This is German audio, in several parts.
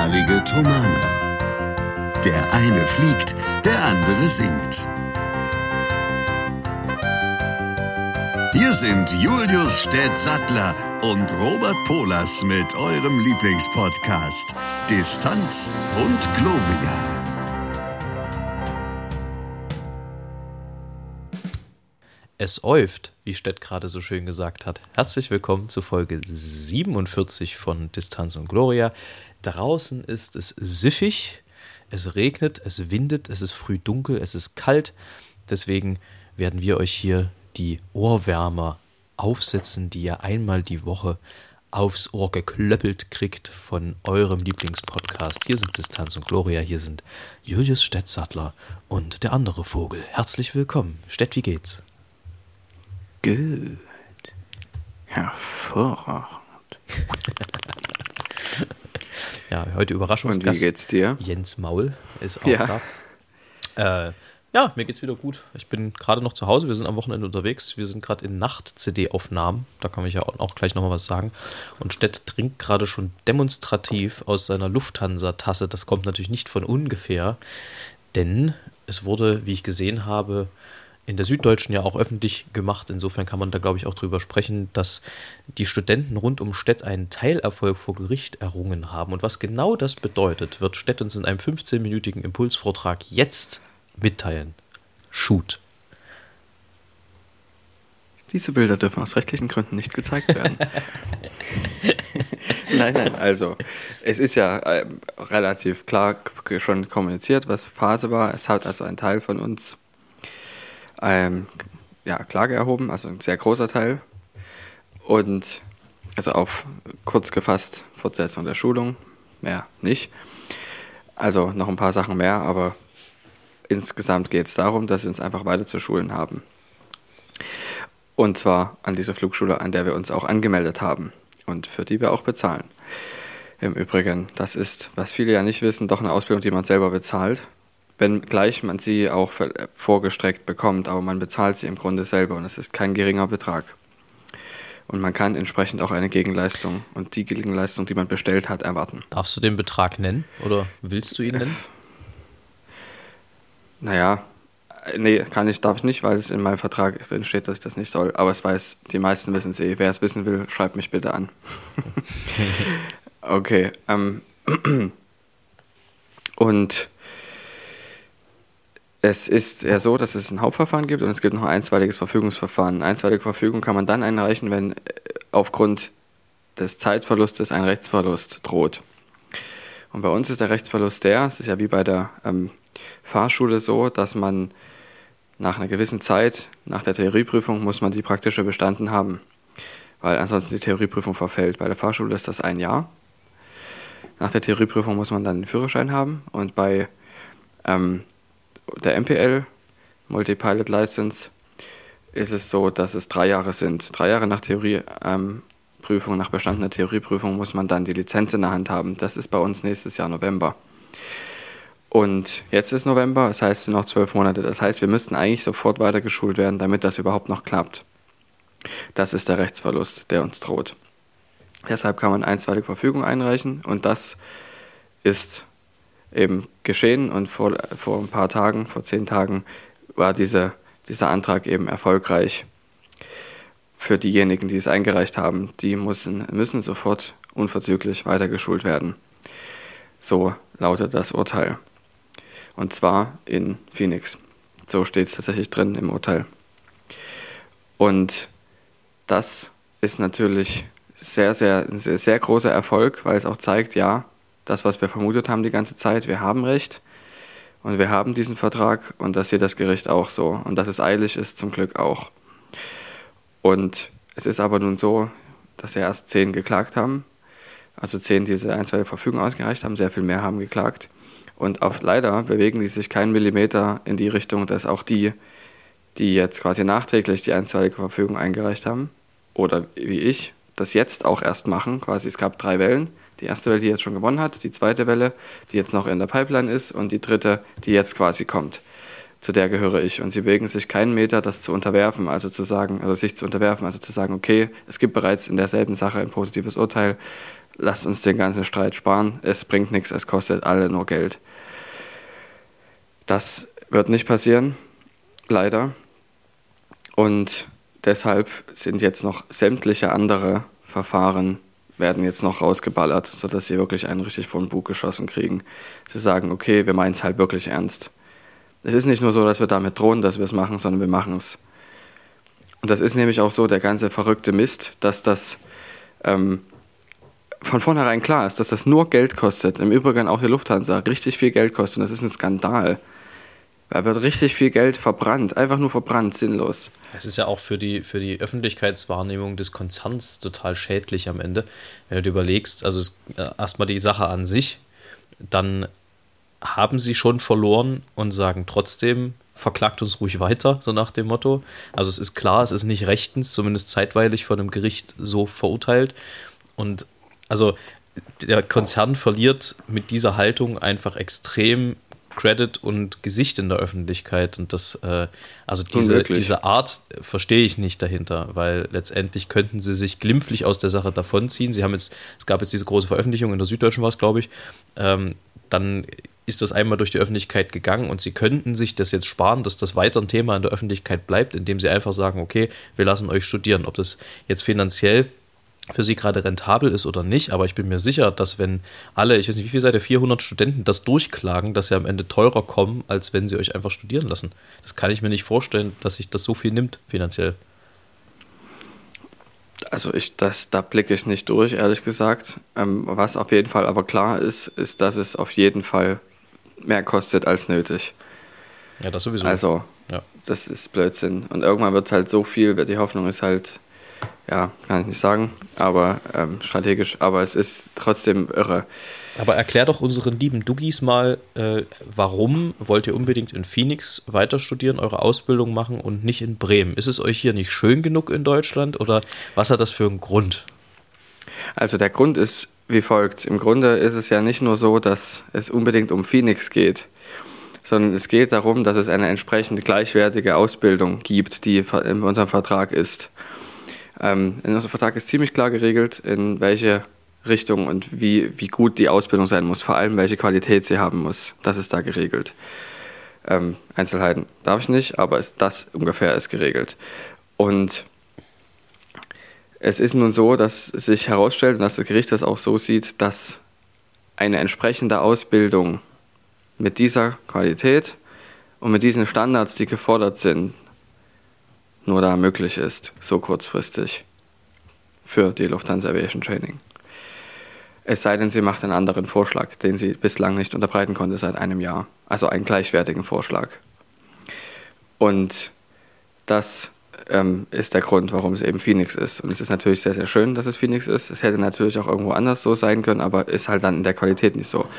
einmalige Tomane. Der eine fliegt, der andere singt. Hier sind Julius Städtsattler und Robert Polas mit eurem Lieblingspodcast Distanz und Globia. Es äuft, wie Stett gerade so schön gesagt hat. Herzlich willkommen zu Folge 47 von Distanz und Gloria. Draußen ist es siffig, es regnet, es windet, es ist früh dunkel, es ist kalt. Deswegen werden wir euch hier die Ohrwärmer aufsetzen, die ihr einmal die Woche aufs Ohr geklöppelt kriegt von eurem Lieblingspodcast. Hier sind Distanz und Gloria, hier sind Julius Städtsattler und der andere Vogel. Herzlich willkommen. Stett, wie geht's? Gut. Hervorragend. Ja, heute Überraschungsgast. Und wie geht's dir? Jens Maul ist auch da. Ja, mir geht's wieder gut. Ich bin gerade noch zu Hause, wir sind am Wochenende unterwegs. Wir sind gerade in Nacht-CD-Aufnahmen. Da kann ich ja auch gleich nochmal was sagen. Und Stett trinkt gerade schon demonstrativ aus seiner Lufthansa-Tasse. Das kommt natürlich nicht von ungefähr, denn es wurde, wie ich gesehen habe, in der Süddeutschen ja auch öffentlich gemacht. Insofern kann man da, glaube ich, auch drüber sprechen, dass die Studenten rund um Stett einen Teilerfolg vor Gericht errungen haben. Und was genau das bedeutet, wird Stett uns in einem 15-minütigen Impulsvortrag jetzt mitteilen. Shoot. Diese Bilder dürfen aus rechtlichen Gründen nicht gezeigt werden. Nein, also es ist ja relativ klar schon kommuniziert, was Phase war. Es hat also ein Teil von uns Klage erhoben, also ein sehr großer Teil. Und also auf kurz gefasst Fortsetzung der Schulung, mehr nicht. Also noch ein paar Sachen mehr, aber insgesamt geht es darum, dass wir uns einfach weiter zu schulen haben. Und zwar an dieser Flugschule, an der wir uns auch angemeldet haben und für die wir auch bezahlen. Im Übrigen, das ist, was viele ja nicht wissen, doch eine Ausbildung, die man selber bezahlt. Wenngleich man sie auch vorgestreckt bekommt, aber man bezahlt sie im Grunde selber und es ist kein geringer Betrag. Und man kann entsprechend auch eine Gegenleistung und die Gegenleistung, die man bestellt hat, erwarten. Darfst du den Betrag nennen oder willst du ihn nennen? Naja, nee, darf ich nicht, weil es in meinem Vertrag drin steht, dass ich das nicht soll. Aber die meisten wissen es eh. Wer es wissen will, schreibt mich bitte an. Okay. Und es ist ja so, dass es ein Hauptverfahren gibt und es gibt noch ein einstweiliges Verfügungsverfahren. Eine einstweilige Verfügung kann man dann einreichen, wenn aufgrund des Zeitverlustes ein Rechtsverlust droht. Und bei uns ist der Rechtsverlust es ist ja wie bei der Fahrschule so, dass man nach einer gewissen Zeit, nach der Theorieprüfung, muss man die praktische bestanden haben, weil ansonsten die Theorieprüfung verfällt. Bei der Fahrschule ist das 1 Jahr. Nach der Theorieprüfung muss man dann den Führerschein haben und bei der MPL, Multi-Pilot License, ist es so, dass es 3 Jahre sind. 3 Jahre nach Theorieprüfung, nach bestandener Theorieprüfung muss man dann die Lizenz in der Hand haben. Das ist bei uns nächstes Jahr November. Und jetzt ist November, das heißt, es sind noch 12 Monate. Das heißt, wir müssten eigentlich sofort weitergeschult werden, damit das überhaupt noch klappt. Das ist der Rechtsverlust, der uns droht. Deshalb kann man einstweilige Verfügung einreichen und das ist eben geschehen und vor ein paar Tagen, vor 10 Tagen, war dieser Antrag eben erfolgreich für diejenigen, die es eingereicht haben. Die müssen sofort unverzüglich weitergeschult werden. So lautet das Urteil. Und zwar in Phoenix. So steht es tatsächlich drin im Urteil. Und das ist natürlich ein sehr großer Erfolg, weil es auch zeigt, ja, das, was wir vermutet haben die ganze Zeit, wir haben Recht und wir haben diesen Vertrag und das sieht das Gericht auch so. Und dass es eilig ist, zum Glück auch. Und es ist aber nun so, dass ja erst 10 geklagt haben, also 10 diese einstweilige Verfügung ausgereicht haben, sehr viel mehr haben geklagt. Und leider bewegen die sich keinen Millimeter in die Richtung, dass auch die jetzt quasi nachträglich die einstweilige Verfügung eingereicht haben, oder wie ich, das jetzt auch erst machen. Quasi es gab 3 Wellen. Die erste Welle, die jetzt schon gewonnen hat, die zweite Welle, die jetzt noch in der Pipeline ist und die dritte, die jetzt quasi kommt. Zu der gehöre ich. Und sie bewegen sich keinen Meter, das zu unterwerfen, also sich zu unterwerfen, also zu sagen, okay, es gibt bereits in derselben Sache ein positives Urteil, lasst uns den ganzen Streit sparen, es bringt nichts, es kostet alle nur Geld. Das wird nicht passieren, leider. Und deshalb sind jetzt noch sämtliche andere Verfahren, werden jetzt noch rausgeballert, sodass sie wirklich einen richtig vor den Bug geschossen kriegen. Sie sagen, okay, wir meinen es halt wirklich ernst. Es ist nicht nur so, dass wir damit drohen, dass wir es machen, sondern wir machen es. Und das ist nämlich auch so der ganze verrückte Mist, dass das von vornherein klar ist, dass das nur Geld kostet. Im Übrigen auch die Lufthansa richtig viel Geld kostet und das ist ein Skandal. Da wird richtig viel Geld verbrannt, einfach nur verbrannt, sinnlos. Es ist ja auch für die Öffentlichkeitswahrnehmung des Konzerns total schädlich am Ende, wenn du dir überlegst, also erstmal die Sache an sich, dann haben sie schon verloren und sagen trotzdem, verklagt uns ruhig weiter, so nach dem Motto. Also es ist klar, es ist nicht rechtens, zumindest zeitweilig von einem Gericht so verurteilt. Und also der Konzern verliert mit dieser Haltung einfach extrem Credit und Gesicht in der Öffentlichkeit. Und das, also diese Art verstehe ich nicht dahinter, weil letztendlich könnten sie sich glimpflich aus der Sache davonziehen. Es gab jetzt diese große Veröffentlichung, in der Süddeutschen war es, glaube ich, dann ist das einmal durch die Öffentlichkeit gegangen und sie könnten sich das jetzt sparen, dass das weiter ein Thema in der Öffentlichkeit bleibt, indem sie einfach sagen, okay, wir lassen euch studieren. Ob das jetzt finanziell für sie gerade rentabel ist oder nicht, aber ich bin mir sicher, dass wenn alle, ich weiß nicht, wie viel seid ihr, 400 Studenten das durchklagen, dass sie am Ende teurer kommen, als wenn sie euch einfach studieren lassen. Das kann ich mir nicht vorstellen, dass sich das so viel nimmt, finanziell. Also da blicke ich nicht durch, ehrlich gesagt. Was auf jeden Fall aber klar ist, dass es auf jeden Fall mehr kostet als nötig. Ja, das sowieso. Also, ja. Das ist Blödsinn. Und irgendwann wird es halt so viel, die Hoffnung ist halt, ja, kann ich nicht sagen, aber strategisch, aber es ist trotzdem irre. Aber erklär doch unseren lieben Duggis mal, warum wollt ihr unbedingt in Phoenix weiter studieren, eure Ausbildung machen und nicht in Bremen? Ist es euch hier nicht schön genug in Deutschland oder was hat das für einen Grund? Also der Grund ist wie folgt. Im Grunde ist es ja nicht nur so, dass es unbedingt um Phoenix geht, sondern es geht darum, dass es eine entsprechend gleichwertige Ausbildung gibt, die in unserem Vertrag ist. In unserem Vertrag ist ziemlich klar geregelt, in welche Richtung und wie gut die Ausbildung sein muss, vor allem welche Qualität sie haben muss. Das ist da geregelt. Einzelheiten darf ich nicht, aber das ungefähr ist geregelt. Und es ist nun so, dass sich herausstellt und dass das Gericht das auch so sieht, dass eine entsprechende Ausbildung mit dieser Qualität und mit diesen Standards, die gefordert sind, nur da möglich ist, so kurzfristig für die Lufthansa Aviation Training. Es sei denn, sie macht einen anderen Vorschlag, den sie bislang nicht unterbreiten konnte seit einem Jahr. Also einen gleichwertigen Vorschlag. Und das ist der Grund, warum es eben Phoenix ist. Und es ist natürlich sehr, sehr schön, dass es Phoenix ist. Es hätte natürlich auch irgendwo anders so sein können, aber ist halt dann in der Qualität nicht so.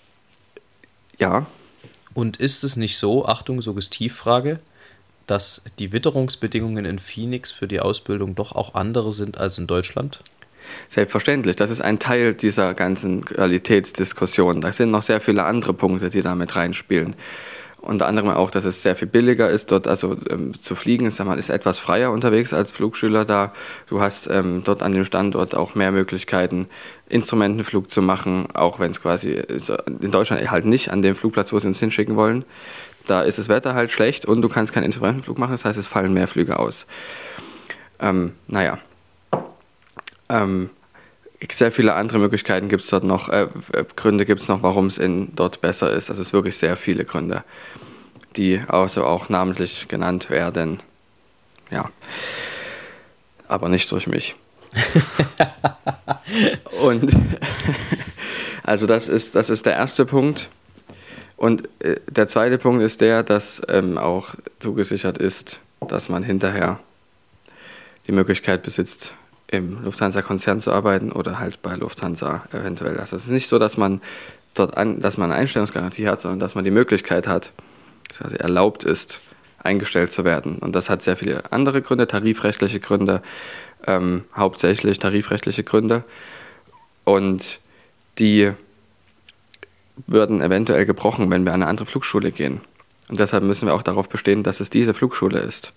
Ja. Und ist es nicht so, Achtung, Suggestivfrage, dass die Witterungsbedingungen in Phoenix für die Ausbildung doch auch andere sind als in Deutschland? Selbstverständlich, das ist ein Teil dieser ganzen Qualitätsdiskussion. Da sind noch sehr viele andere Punkte, die da mit reinspielen. Unter anderem auch, dass es sehr viel billiger ist, dort also zu fliegen. Man ist etwas freier unterwegs als Flugschüler da. Du hast dort an dem Standort auch mehr Möglichkeiten, Instrumentenflug zu machen, auch wenn es quasi in Deutschland halt nicht an dem Flugplatz, wo sie uns hinschicken wollen. Da ist das Wetter halt schlecht und du kannst keinen Instrumentenflug machen, das heißt, es fallen mehr Flüge aus. Sehr viele andere Möglichkeiten gibt es dort noch, Gründe gibt es noch, warum es dort besser ist. Also es sind wirklich sehr viele Gründe, die also auch namentlich genannt werden. Ja, aber nicht durch mich. Und also das ist der erste Punkt. Und der zweite Punkt ist der, dass auch zugesichert ist, dass man hinterher die Möglichkeit besitzt, im Lufthansa-Konzern zu arbeiten oder halt bei Lufthansa eventuell. Also es ist nicht so, dass man dass man eine Einstellungsgarantie hat, sondern dass man die Möglichkeit hat, dass quasi erlaubt ist, eingestellt zu werden. Und das hat sehr viele andere Gründe, tarifrechtliche Gründe, hauptsächlich tarifrechtliche Gründe. Und die würden eventuell gebrochen, wenn wir an eine andere Flugschule gehen. Und deshalb müssen wir auch darauf bestehen, dass es diese Flugschule ist.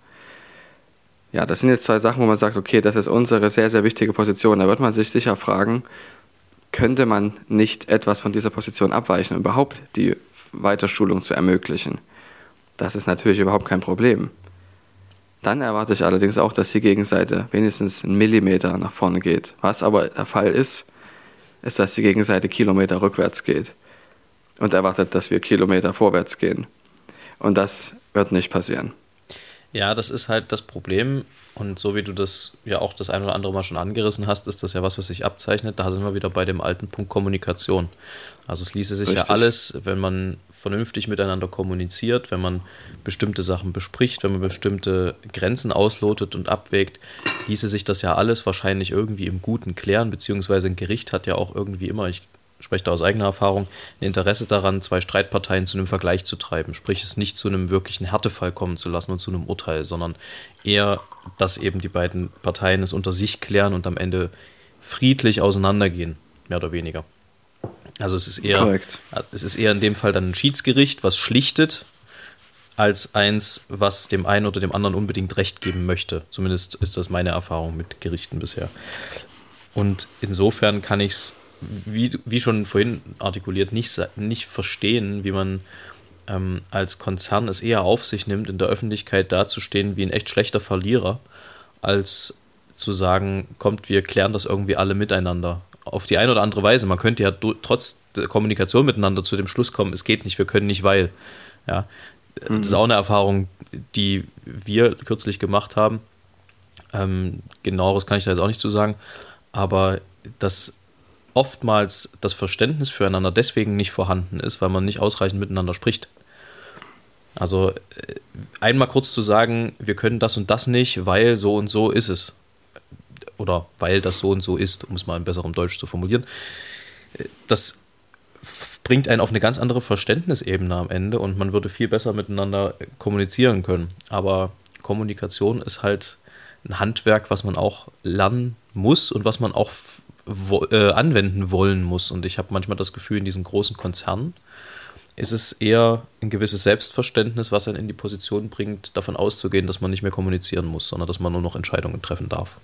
Ja, das sind jetzt zwei Sachen, wo man sagt, okay, das ist unsere sehr, sehr wichtige Position. Da wird man sich sicher fragen, könnte man nicht etwas von dieser Position abweichen, um überhaupt die Weiterschulung zu ermöglichen. Das ist natürlich überhaupt kein Problem. Dann erwarte ich allerdings auch, dass die Gegenseite wenigstens 1 Millimeter nach vorne geht. Was aber der Fall ist, dass die Gegenseite Kilometer rückwärts geht und erwartet, dass wir Kilometer vorwärts gehen. Und das wird nicht passieren. Ja, das ist halt das Problem. Und so wie du das ja auch das ein oder andere Mal schon angerissen hast, ist das ja was sich abzeichnet. Da sind wir wieder bei dem alten Punkt Kommunikation. Also es ließe sich Richtig. ja alles, wenn man vernünftig miteinander kommuniziert, wenn man bestimmte Sachen bespricht, wenn man bestimmte Grenzen auslotet und abwägt, ließe sich das ja alles wahrscheinlich irgendwie im Guten klären, beziehungsweise ein Gericht hat ja auch irgendwie immer, ich spreche da aus eigener Erfahrung, ein Interesse daran, zwei Streitparteien zu einem Vergleich zu treiben, sprich es nicht zu einem wirklichen Härtefall kommen zu lassen und zu einem Urteil, sondern eher, dass eben die beiden Parteien es unter sich klären und am Ende friedlich auseinandergehen, mehr oder weniger. Also es ist eher in dem Fall dann ein Schiedsgericht, was schlichtet, als eins, was dem einen oder dem anderen unbedingt Recht geben möchte. Zumindest ist das meine Erfahrung mit Gerichten bisher. Und insofern kann ich es, wie schon vorhin artikuliert, nicht verstehen, wie man als Konzern es eher auf sich nimmt, in der Öffentlichkeit dazustehen wie ein echt schlechter Verlierer, als zu sagen, kommt, wir klären das irgendwie alle miteinander. Auf die eine oder andere Weise. Man könnte ja trotz der Kommunikation miteinander zu dem Schluss kommen, es geht nicht, wir können nicht, weil. Ja, das ist auch eine Erfahrung, die wir kürzlich gemacht haben. Genaueres kann ich da jetzt auch nicht zu sagen. Aber dass oftmals das Verständnis füreinander deswegen nicht vorhanden ist, weil man nicht ausreichend miteinander spricht. Also einmal kurz zu sagen, wir können das und das nicht, weil so und so ist es. Oder weil das so und so ist, um es mal in besserem Deutsch zu formulieren. Das bringt einen auf eine ganz andere Verständnisebene am Ende und man würde viel besser miteinander kommunizieren können. Aber Kommunikation ist halt ein Handwerk, was man auch lernen muss und was man auch anwenden wollen muss. Und ich habe manchmal das Gefühl, in diesen großen Konzernen ist es eher ein gewisses Selbstverständnis, was einen in die Position bringt, davon auszugehen, dass man nicht mehr kommunizieren muss, sondern dass man nur noch Entscheidungen treffen darf.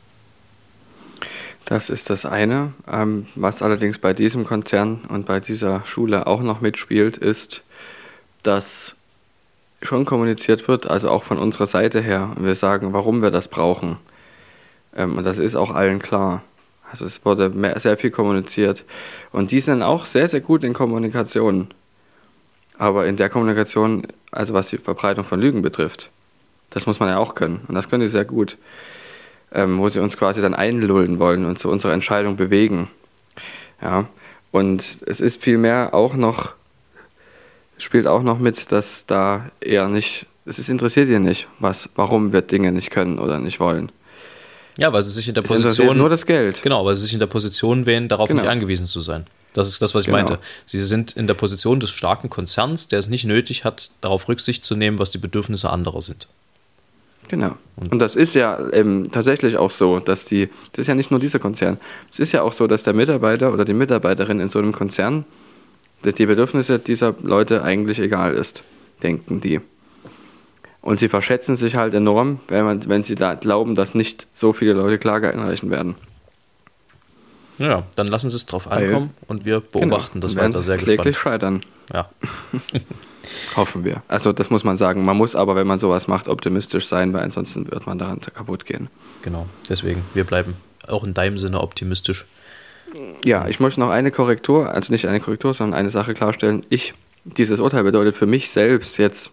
Das ist das eine. Was allerdings bei diesem Konzern und bei dieser Schule auch noch mitspielt, ist, dass schon kommuniziert wird, also auch von unserer Seite her. Wir sagen, warum wir das brauchen. Und das ist auch allen klar. Also es wurde sehr viel kommuniziert. Und die sind auch sehr, sehr gut in Kommunikation. Aber in der Kommunikation, also was die Verbreitung von Lügen betrifft, das muss man ja auch können. Und das können die sehr gut. Wo sie uns quasi dann einlullen wollen und zu unserer Entscheidung bewegen. Ja, und es ist vielmehr auch noch, spielt auch noch mit, dass da eher nicht, interessiert ihr nicht, warum wir Dinge nicht können oder nicht wollen. Ja, weil sie sich in der Position, Position, nur das Geld. Genau, weil sie sich in der Position wählen, darauf nicht angewiesen zu sein. Das ist das, was ich meinte. Sie sind in der Position des starken Konzerns, der es nicht nötig hat, darauf Rücksicht zu nehmen, was die Bedürfnisse anderer sind. Genau. Und das ist ja tatsächlich auch so, das ist ja nicht nur dieser Konzern. Es ist ja auch so, dass der Mitarbeiter oder die Mitarbeiterin in so einem Konzern, die Bedürfnisse dieser Leute eigentlich egal ist, denken die. Und sie verschätzen sich halt enorm, wenn sie da glauben, dass nicht so viele Leute Klage einreichen werden. Ja, dann lassen sie es drauf ankommen und wir beobachten das weiter sehr gespannt. Kläglich scheitern. Ja. Hoffen wir. Also das muss man sagen. Man muss aber, wenn man sowas macht, optimistisch sein, weil ansonsten wird man daran kaputt gehen. Genau, deswegen, wir bleiben auch in deinem Sinne optimistisch. Ja, ich möchte noch eine Korrektur, also nicht eine Korrektur, sondern eine Sache klarstellen. Dieses Urteil bedeutet für mich selbst jetzt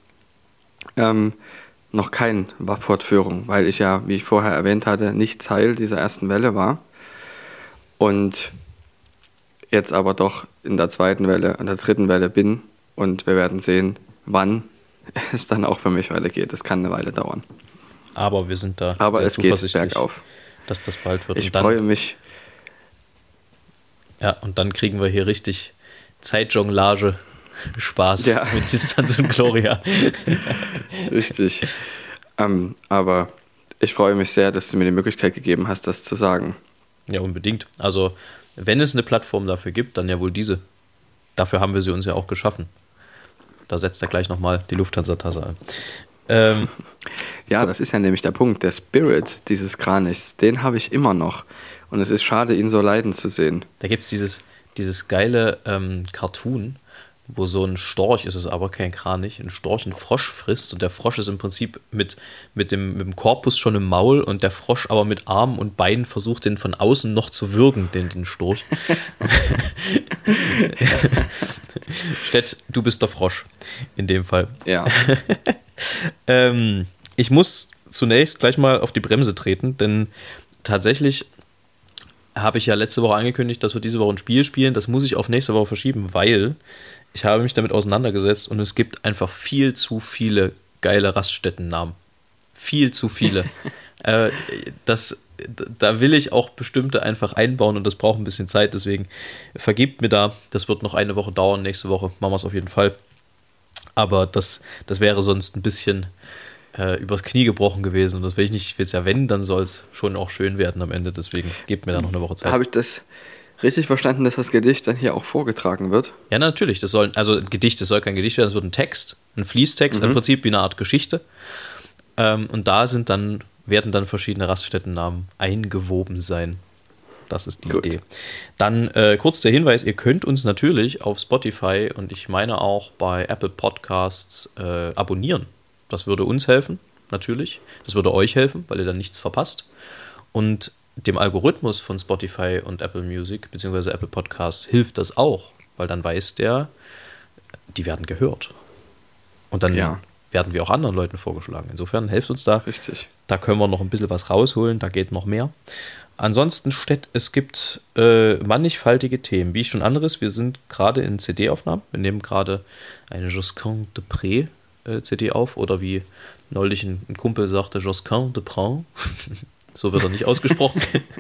noch keine Fortführung, weil ich ja, wie ich vorher erwähnt hatte, nicht Teil dieser ersten Welle war und jetzt aber doch in der zweiten Welle, in der dritten Welle bin und wir werden sehen, wann es dann auch für mich weitergeht. Das kann eine Weile dauern. Aber wir sind da aber sehr zuversichtlich, es geht bergauf. Dass das bald wird. Ich freue mich. Ja, und dann kriegen wir hier richtig Zeitjonglage Spaß mit Distanz und Gloria. Richtig. Aber ich freue mich sehr, dass du mir die Möglichkeit gegeben hast, das zu sagen. Ja, unbedingt. Also, wenn es eine Plattform dafür gibt, dann ja wohl diese. Dafür haben wir sie uns ja auch geschaffen. Da setzt er gleich nochmal die Lufthansa-Tasse an. Ja, das ist ja nämlich der Punkt. Der Spirit dieses Kranichs, den habe ich immer noch. Und es ist schade, ihn so leiden zu sehen. Da gibt es dieses geile Cartoon, wo so ein Storch, ist es aber kein Kranich, ein Storch einen Frosch frisst und der Frosch ist im Prinzip mit dem Korpus schon im Maul und der Frosch aber mit Armen und Beinen versucht, den von außen noch zu würgen, den Storch. Stett, du bist der Frosch in dem Fall. Ja. Ich muss zunächst gleich mal auf die Bremse treten, denn tatsächlich habe ich ja letzte Woche angekündigt, dass wir diese Woche ein Spiel spielen. Das muss ich auf nächste Woche verschieben, weil ich habe mich damit auseinandergesetzt und es gibt einfach viel zu viele geile Raststättennamen. Viel zu viele. Da will ich auch bestimmte einfach einbauen und das braucht ein bisschen Zeit, deswegen vergebt mir da. Das wird noch eine Woche dauern, nächste Woche machen wir es auf jeden Fall. Aber das wäre sonst ein bisschen übers Knie gebrochen gewesen und das will ich nicht, will es ja wenn, dann soll es schon auch schön werden am Ende, deswegen gebt mir da noch eine Woche Zeit. Habe ich das richtig verstanden, dass das Gedicht dann hier auch vorgetragen wird? Ja, natürlich, das soll kein Gedicht werden, es wird ein Text, ein Fließtext im Prinzip, wie eine Art Geschichte und da werden dann verschiedene Raststättennamen eingewoben sein. Das ist die Idee. Dann kurz der Hinweis, ihr könnt uns natürlich auf Spotify und ich meine auch bei Apple Podcasts abonnieren. Das würde uns helfen, natürlich. Das würde euch helfen, weil ihr dann nichts verpasst. Und dem Algorithmus von Spotify und Apple Music bzw. Apple Podcasts hilft das auch, weil dann weiß der, die werden gehört. Und dann werden wir auch anderen Leuten vorgeschlagen. Insofern helft uns da. Richtig. Da können wir noch ein bisschen was rausholen, da geht noch mehr. Ansonsten es gibt mannigfaltige Themen. Wie ich schon anderes, wir sind gerade in CD-Aufnahmen. Wir nehmen gerade eine Josquin de Pré CD auf oder wie neulich ein Kumpel sagte, Josquin de Pran. So wird er nicht ausgesprochen.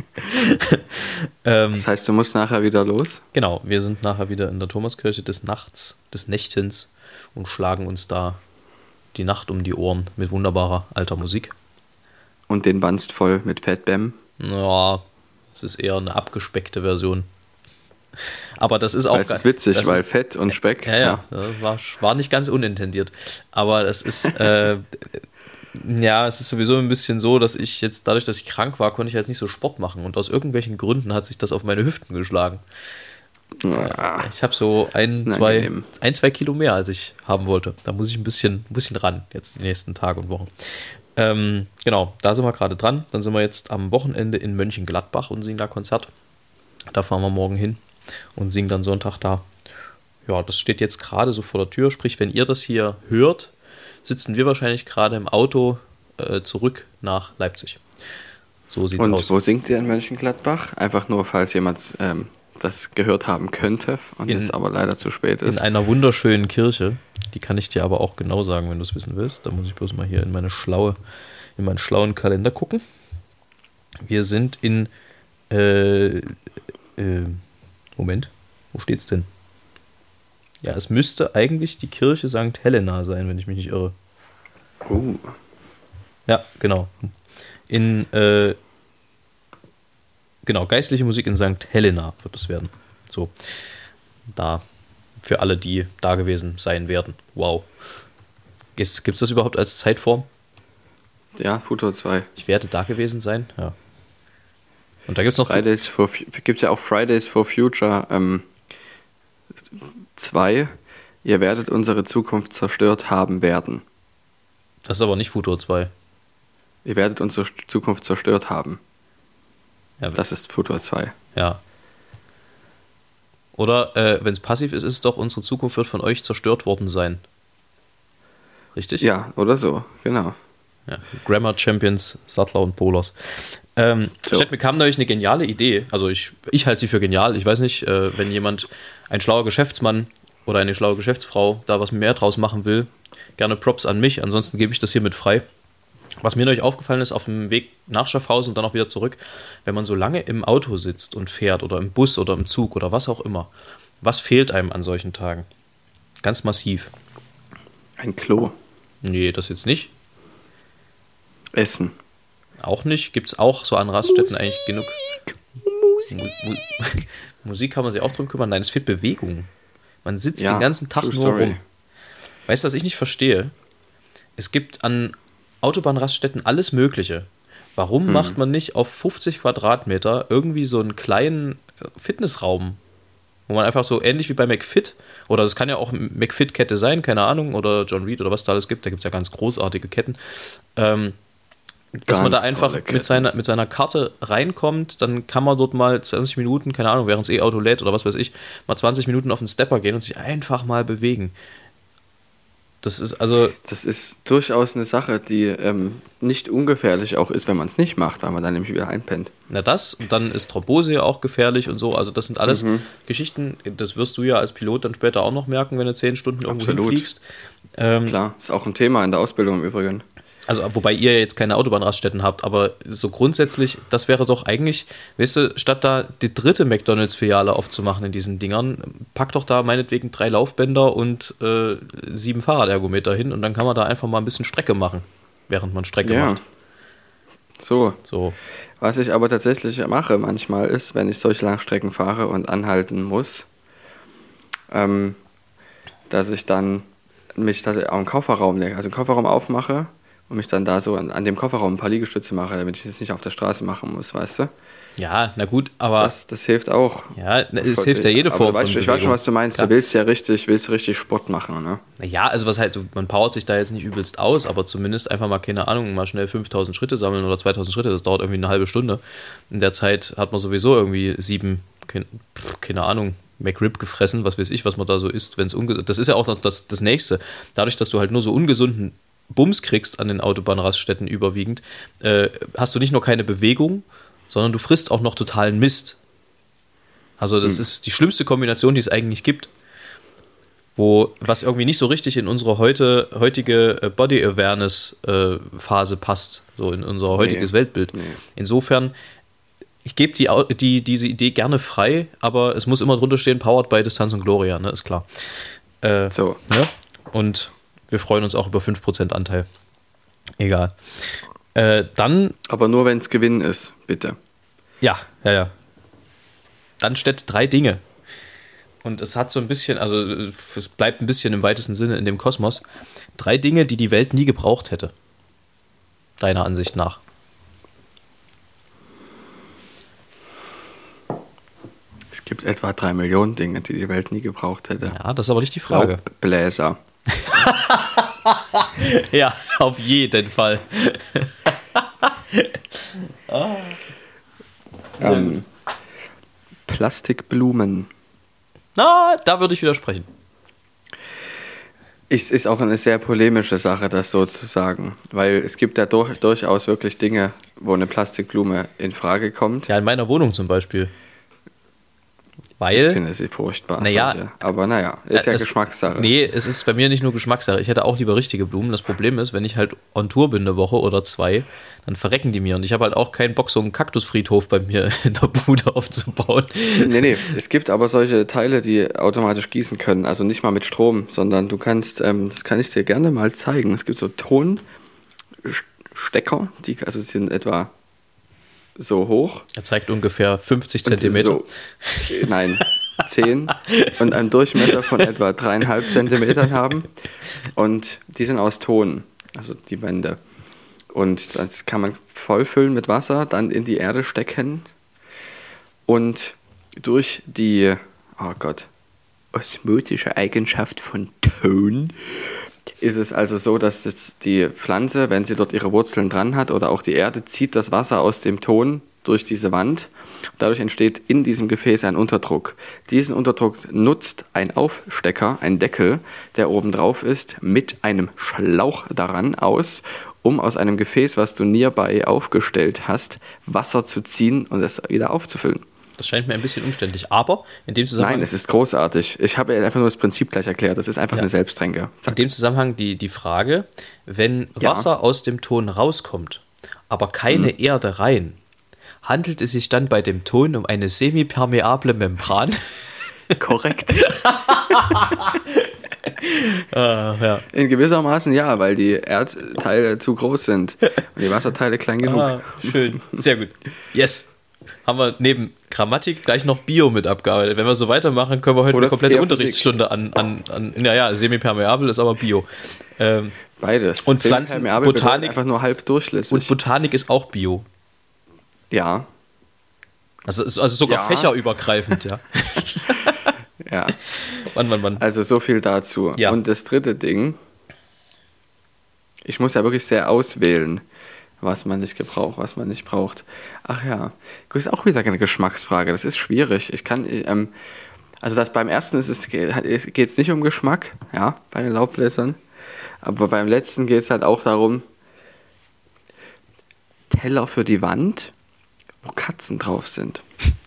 Das heißt, du musst nachher wieder los? Genau, wir sind nachher wieder in der Thomaskirche des Nächtens und schlagen uns da die Nacht um die Ohren mit wunderbarer alter Musik. Und den Wanst voll mit Fettbäm? Ja, es ist eher eine abgespeckte Version. Aber das ist auch das ist witzig, weil Fett und Speck. Ja. War nicht ganz unintendiert. Aber das ist, es ist sowieso ein bisschen so, dass ich jetzt, dadurch, dass ich krank war, konnte ich jetzt nicht so Sport machen. Und aus irgendwelchen Gründen hat sich das auf meine Hüften geschlagen. Ich habe so ein, zwei Kilo mehr, als ich haben wollte. Da muss ich ein bisschen ran, jetzt die nächsten Tage und Wochen. Genau, da sind wir gerade dran. Dann sind wir jetzt am Wochenende in Mönchengladbach und singen da Konzert. Da fahren wir morgen hin und singen dann Sonntag da. Ja, das steht jetzt gerade so vor der Tür. Sprich, wenn ihr das hier hört, sitzen wir wahrscheinlich gerade im Auto zurück nach Leipzig. So sieht's aus. Und wo singt ihr in Mönchengladbach? Einfach nur, falls jemand das gehört haben könnte und jetzt aber leider zu spät ist. In einer wunderschönen Kirche. Die kann ich dir aber auch genau sagen, wenn du es wissen willst. Da muss ich bloß mal hier in meinen schlauen Kalender gucken. Wir sind in Moment, wo steht's denn? Ja, es müsste eigentlich die Kirche St. Helena sein, wenn ich mich nicht irre. Ja, genau. Genau, geistliche Musik in St. Helena wird es werden. So, da für alle, die da gewesen sein werden. Wow. Gibt es das überhaupt als Zeitform? Ja, Futur 2. Ich werde da gewesen sein, ja. Und da gibt es noch... Gibt es ja auch Fridays for Future 2. Ihr werdet unsere Zukunft zerstört haben werden. Das ist aber nicht Futur 2. Ihr werdet unsere Zukunft zerstört haben. Ja, das ist Futur 2. Ja. Oder, wenn es passiv ist, ist es doch, unsere Zukunft wird von euch zerstört worden sein. Richtig? Ja, oder so, genau. Ja, Grammar Champions, Sattler und Pohlers. Stett, mir kam neulich eine geniale Idee. Also ich halte sie für genial. Ich weiß nicht, wenn jemand, ein schlauer Geschäftsmann oder eine schlaue Geschäftsfrau da was mehr draus machen will, gerne Props an mich. Ansonsten gebe ich das hiermit frei. Was mir neulich aufgefallen ist, auf dem Weg nach Schaffhausen und dann auch wieder zurück, wenn man so lange im Auto sitzt und fährt oder im Bus oder im Zug oder was auch immer, was fehlt einem an solchen Tagen? Ganz massiv. Ein Klo. Nee, das jetzt nicht. Essen. Auch nicht. Gibt es auch so an Raststätten eigentlich genug. Musik kann man sich auch drum kümmern. Nein, es fehlt Bewegung. Man sitzt den ganzen Tag nur rum. Weißt du, was ich nicht verstehe? Es gibt an Autobahnraststätten alles Mögliche. Warum macht man nicht auf 50 Quadratmeter irgendwie so einen kleinen Fitnessraum Wo man einfach so ähnlich wie bei McFit, oder das kann ja auch McFit-Kette sein, keine Ahnung, oder John Reed oder was da alles gibt, da gibt es ja ganz großartige Ketten, dass man da einfach mit seiner Karte reinkommt, dann kann man dort mal 20 Minuten, keine Ahnung, während das E-Auto lädt oder was weiß ich, mal 20 Minuten auf den Stepper gehen und sich einfach mal bewegen. Das ist durchaus eine Sache, die nicht ungefährlich auch ist, wenn man es nicht macht, weil man dann nämlich wieder einpennt. Na das, und dann ist Thrombose ja auch gefährlich und so. Also das sind alles Geschichten, das wirst du ja als Pilot dann später auch noch merken, wenn du 10 Stunden irgendwo hinfliegst. Klar, ist auch ein Thema in der Ausbildung im Übrigen. Also wobei ihr ja jetzt keine Autobahnraststätten habt, aber so grundsätzlich, das wäre doch eigentlich, weißt du, statt da die 3. McDonalds-Filiale aufzumachen in diesen Dingern, pack doch da meinetwegen 3 Laufbänder und 7 Fahrradergometer hin und dann kann man da einfach mal ein bisschen Strecke machen, während man Strecke macht. So. So. Was ich aber tatsächlich mache manchmal ist, wenn ich solche Langstrecken fahre und anhalten muss, dass ich dann mich auch im Kofferraum lege, also den Kofferraum aufmache und mich dann da so an dem Kofferraum ein paar Liegestütze mache, damit ich das nicht auf der Straße machen muss, weißt du? Ja, na gut, aber... Das hilft auch. Ja, es hilft ja jede Form von Bewegung. Ich weiß schon, was du meinst. Klar. Du willst richtig Sport machen, ne? Ja, also was halt, man powert sich da jetzt nicht übelst aus, aber zumindest einfach mal, keine Ahnung, mal schnell 5000 Schritte sammeln oder 2000 Schritte, das dauert irgendwie eine halbe Stunde. In der Zeit hat man sowieso irgendwie 7, keine Ahnung, McRib gefressen, was weiß ich, was man da so isst, wenn es das ist ja auch noch das Nächste. Dadurch, dass du halt nur so ungesunden Bums kriegst an den Autobahnraststätten überwiegend, hast du nicht nur keine Bewegung, sondern du frisst auch noch totalen Mist. Also das ist die schlimmste Kombination, die es eigentlich gibt. Was irgendwie nicht so richtig in unsere heutige Body-Awareness-Phase passt, so in unser heutiges Weltbild. Nee. Insofern, ich gebe diese Idee gerne frei, aber es muss immer drunter stehen, powered by Distanz und Gloria, ne, ist klar. So. Ne? Und wir freuen uns auch über 5% Anteil. Egal. Dann. Aber nur, wenn es Gewinn ist, bitte. Ja. Dann steht 3 Dinge. Und es hat so ein bisschen, also es bleibt ein bisschen im weitesten Sinne in dem Kosmos. 3 Dinge, die die Welt nie gebraucht hätte. Deiner Ansicht nach. Es gibt etwa 3 Millionen Dinge, die die Welt nie gebraucht hätte. Ja, das ist aber nicht die Frage. Laubbläser. Ja, auf jeden Fall. Plastikblumen. Na, da würde ich widersprechen. Es ist auch eine sehr polemische Sache, das so zu sagen. Weil es gibt ja durchaus wirklich Dinge, wo eine Plastikblume in Frage kommt. Ja, in meiner Wohnung zum Beispiel. Weil, ich finde sie furchtbar. Naja, aber naja, ist ja Geschmackssache. Nee, es ist bei mir nicht nur Geschmackssache. Ich hätte auch lieber richtige Blumen. Das Problem ist, wenn ich halt on Tour bin eine Woche oder 2, dann verrecken die mir. Und ich habe halt auch keinen Bock, so einen Kaktusfriedhof bei mir in der Bude aufzubauen. Nee, es gibt aber solche Teile, die automatisch gießen können. Also nicht mal mit Strom, sondern du kannst, das kann ich dir gerne mal zeigen. Es gibt so Tonstecker, die sind etwa so hoch. Er zeigt ungefähr 50 Zentimeter. Nein, 10 und einen Durchmesser von etwa 3,5 Zentimetern haben. Und die sind aus Ton, also die Wände. Und das kann man vollfüllen mit Wasser, dann in die Erde stecken. Und durch die, osmotische Eigenschaft von Ton ist es also so, dass die Pflanze, wenn sie dort ihre Wurzeln dran hat oder auch die Erde, zieht das Wasser aus dem Ton durch diese Wand. Dadurch entsteht in diesem Gefäß ein Unterdruck. Diesen Unterdruck nutzt ein Aufstecker, ein Deckel, der oben drauf ist, mit einem Schlauch daran aus, um aus einem Gefäß, was du nearby aufgestellt hast, Wasser zu ziehen und es wieder aufzufüllen. Das scheint mir ein bisschen umständlich, aber in dem Zusammenhang... Nein, es ist großartig. Ich habe einfach nur das Prinzip gleich erklärt. Das ist einfach eine Selbsttränke. In dem Zusammenhang die Frage, wenn Wasser aus dem Ton rauskommt, aber keine Erde rein, handelt es sich dann bei dem Ton um eine semipermeable Membran? Korrekt. In gewissermaßen ja, weil die Erdteile zu groß sind und die Wasserteile klein genug. Schön, sehr gut. Yes. Haben wir neben Grammatik gleich noch Bio mit abgearbeitet. Wenn wir so weitermachen, können wir heute eine komplette Unterrichtsstunde semipermeabel ist aber Bio. Beides. Und Pflanzen, Botanik einfach nur halb durchlässig. Und Botanik ist auch Bio. Ja. Also sogar fächerübergreifend, ja. Ja. Mann. Also so viel dazu. Ja. Und das dritte Ding, ich muss ja wirklich sehr auswählen, was man nicht gebraucht, was man nicht braucht. Ach ja, das ist auch wieder eine Geschmacksfrage. Das ist schwierig. Also das beim ersten geht es nicht um Geschmack, ja, bei den Laubbläsern. Aber beim letzten geht es halt auch darum, Teller für die Wand, wo Katzen drauf sind.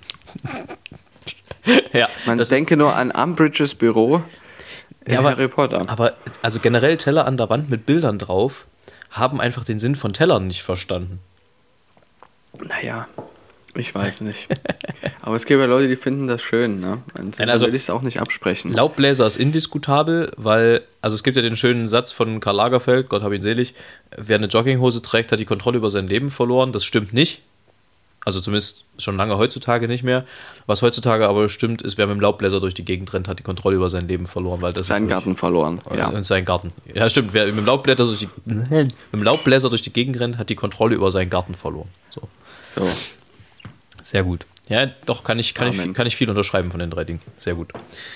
Ja, Man denke nur an Umbridges Büro in Harry Potter. Aber also generell Teller an der Wand mit Bildern drauf haben einfach den Sinn von Tellern nicht verstanden. Naja, ich weiß nicht. Aber es gibt ja Leute, die finden das schön, ne? Und Nein, also will ich es auch nicht absprechen. Laubbläser ist indiskutabel, weil, also es gibt ja den schönen Satz von Karl Lagerfeld, Gott hab ihn selig, wer eine Jogginghose trägt, hat die Kontrolle über sein Leben verloren. Das stimmt nicht. Also zumindest schon lange heutzutage nicht mehr. Was heutzutage aber stimmt, ist, wer mit dem Laubbläser durch die Gegend rennt, hat die Kontrolle über sein Leben verloren. Weil das seinen Garten verloren, ja. Und seinen Garten. Ja, stimmt. Wer mit dem Laubbläser durch die Gegend rennt, hat die Kontrolle über seinen Garten verloren. So. Sehr gut. Ja, doch, kann ich viel unterschreiben von den 3 Dingen. Sehr gut.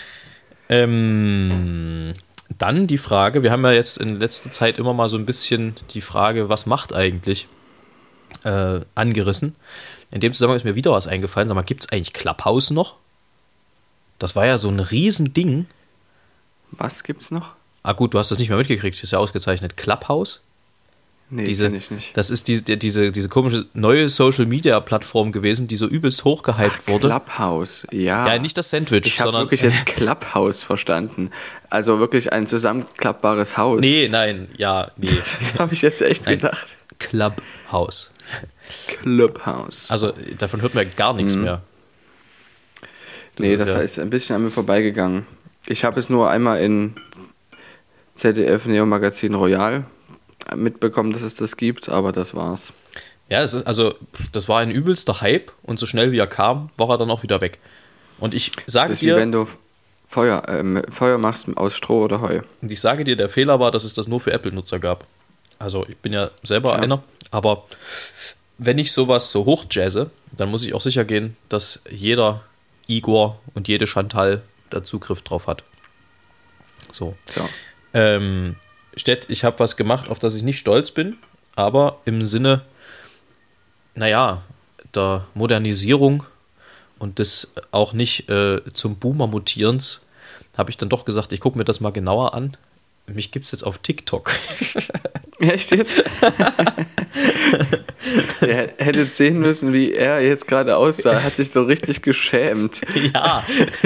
Dann die Frage, wir haben ja jetzt in letzter Zeit immer mal so ein bisschen die Frage, was macht eigentlich, angerissen. In dem Zusammenhang ist mir wieder was eingefallen. Sag mal, gibt es eigentlich Clubhouse noch? Das war ja so ein Riesending. Was gibt's noch? Ah gut, du hast das nicht mehr mitgekriegt. Ist ja ausgezeichnet. Clubhouse? Nee, kenn ich nicht. Das ist diese komische neue Social-Media-Plattform gewesen, die so übelst hochgehypt wurde. Clubhouse, ja. Ja, nicht das Sandwich, ich habe wirklich jetzt Clubhouse verstanden. Also wirklich ein zusammenklappbares Haus. Nee. Das habe ich jetzt echt gedacht. Clubhouse. Clubhouse. Also davon hört man gar nichts mehr. Das ist ein bisschen an mir vorbeigegangen. Ich habe es nur einmal in ZDF Neo Magazin Royal mitbekommen, dass es das gibt, aber das war's. Ja, das war ein übelster Hype und so schnell wie er kam, war er dann auch wieder weg. Und ich sage dir... Das ist wie wenn du Feuer machst aus Stroh oder Heu. Und ich sage dir, der Fehler war, dass es das nur für Apple-Nutzer gab. Also ich bin ja selber einer, aber wenn ich sowas so hochjazze, dann muss ich auch sicher gehen, dass jeder Igor und jede Chantal da Zugriff drauf hat. So. Stett, ich habe was gemacht, auf das ich nicht stolz bin, aber im Sinne, der Modernisierung und des auch nicht zum Boomer-Mutierens, habe ich dann doch gesagt, ich gucke mir das mal genauer an. Mich gibt es jetzt auf TikTok. Echt jetzt? Ihr hättet sehen müssen, wie er jetzt gerade aussah. Er hat sich so richtig geschämt. Ja,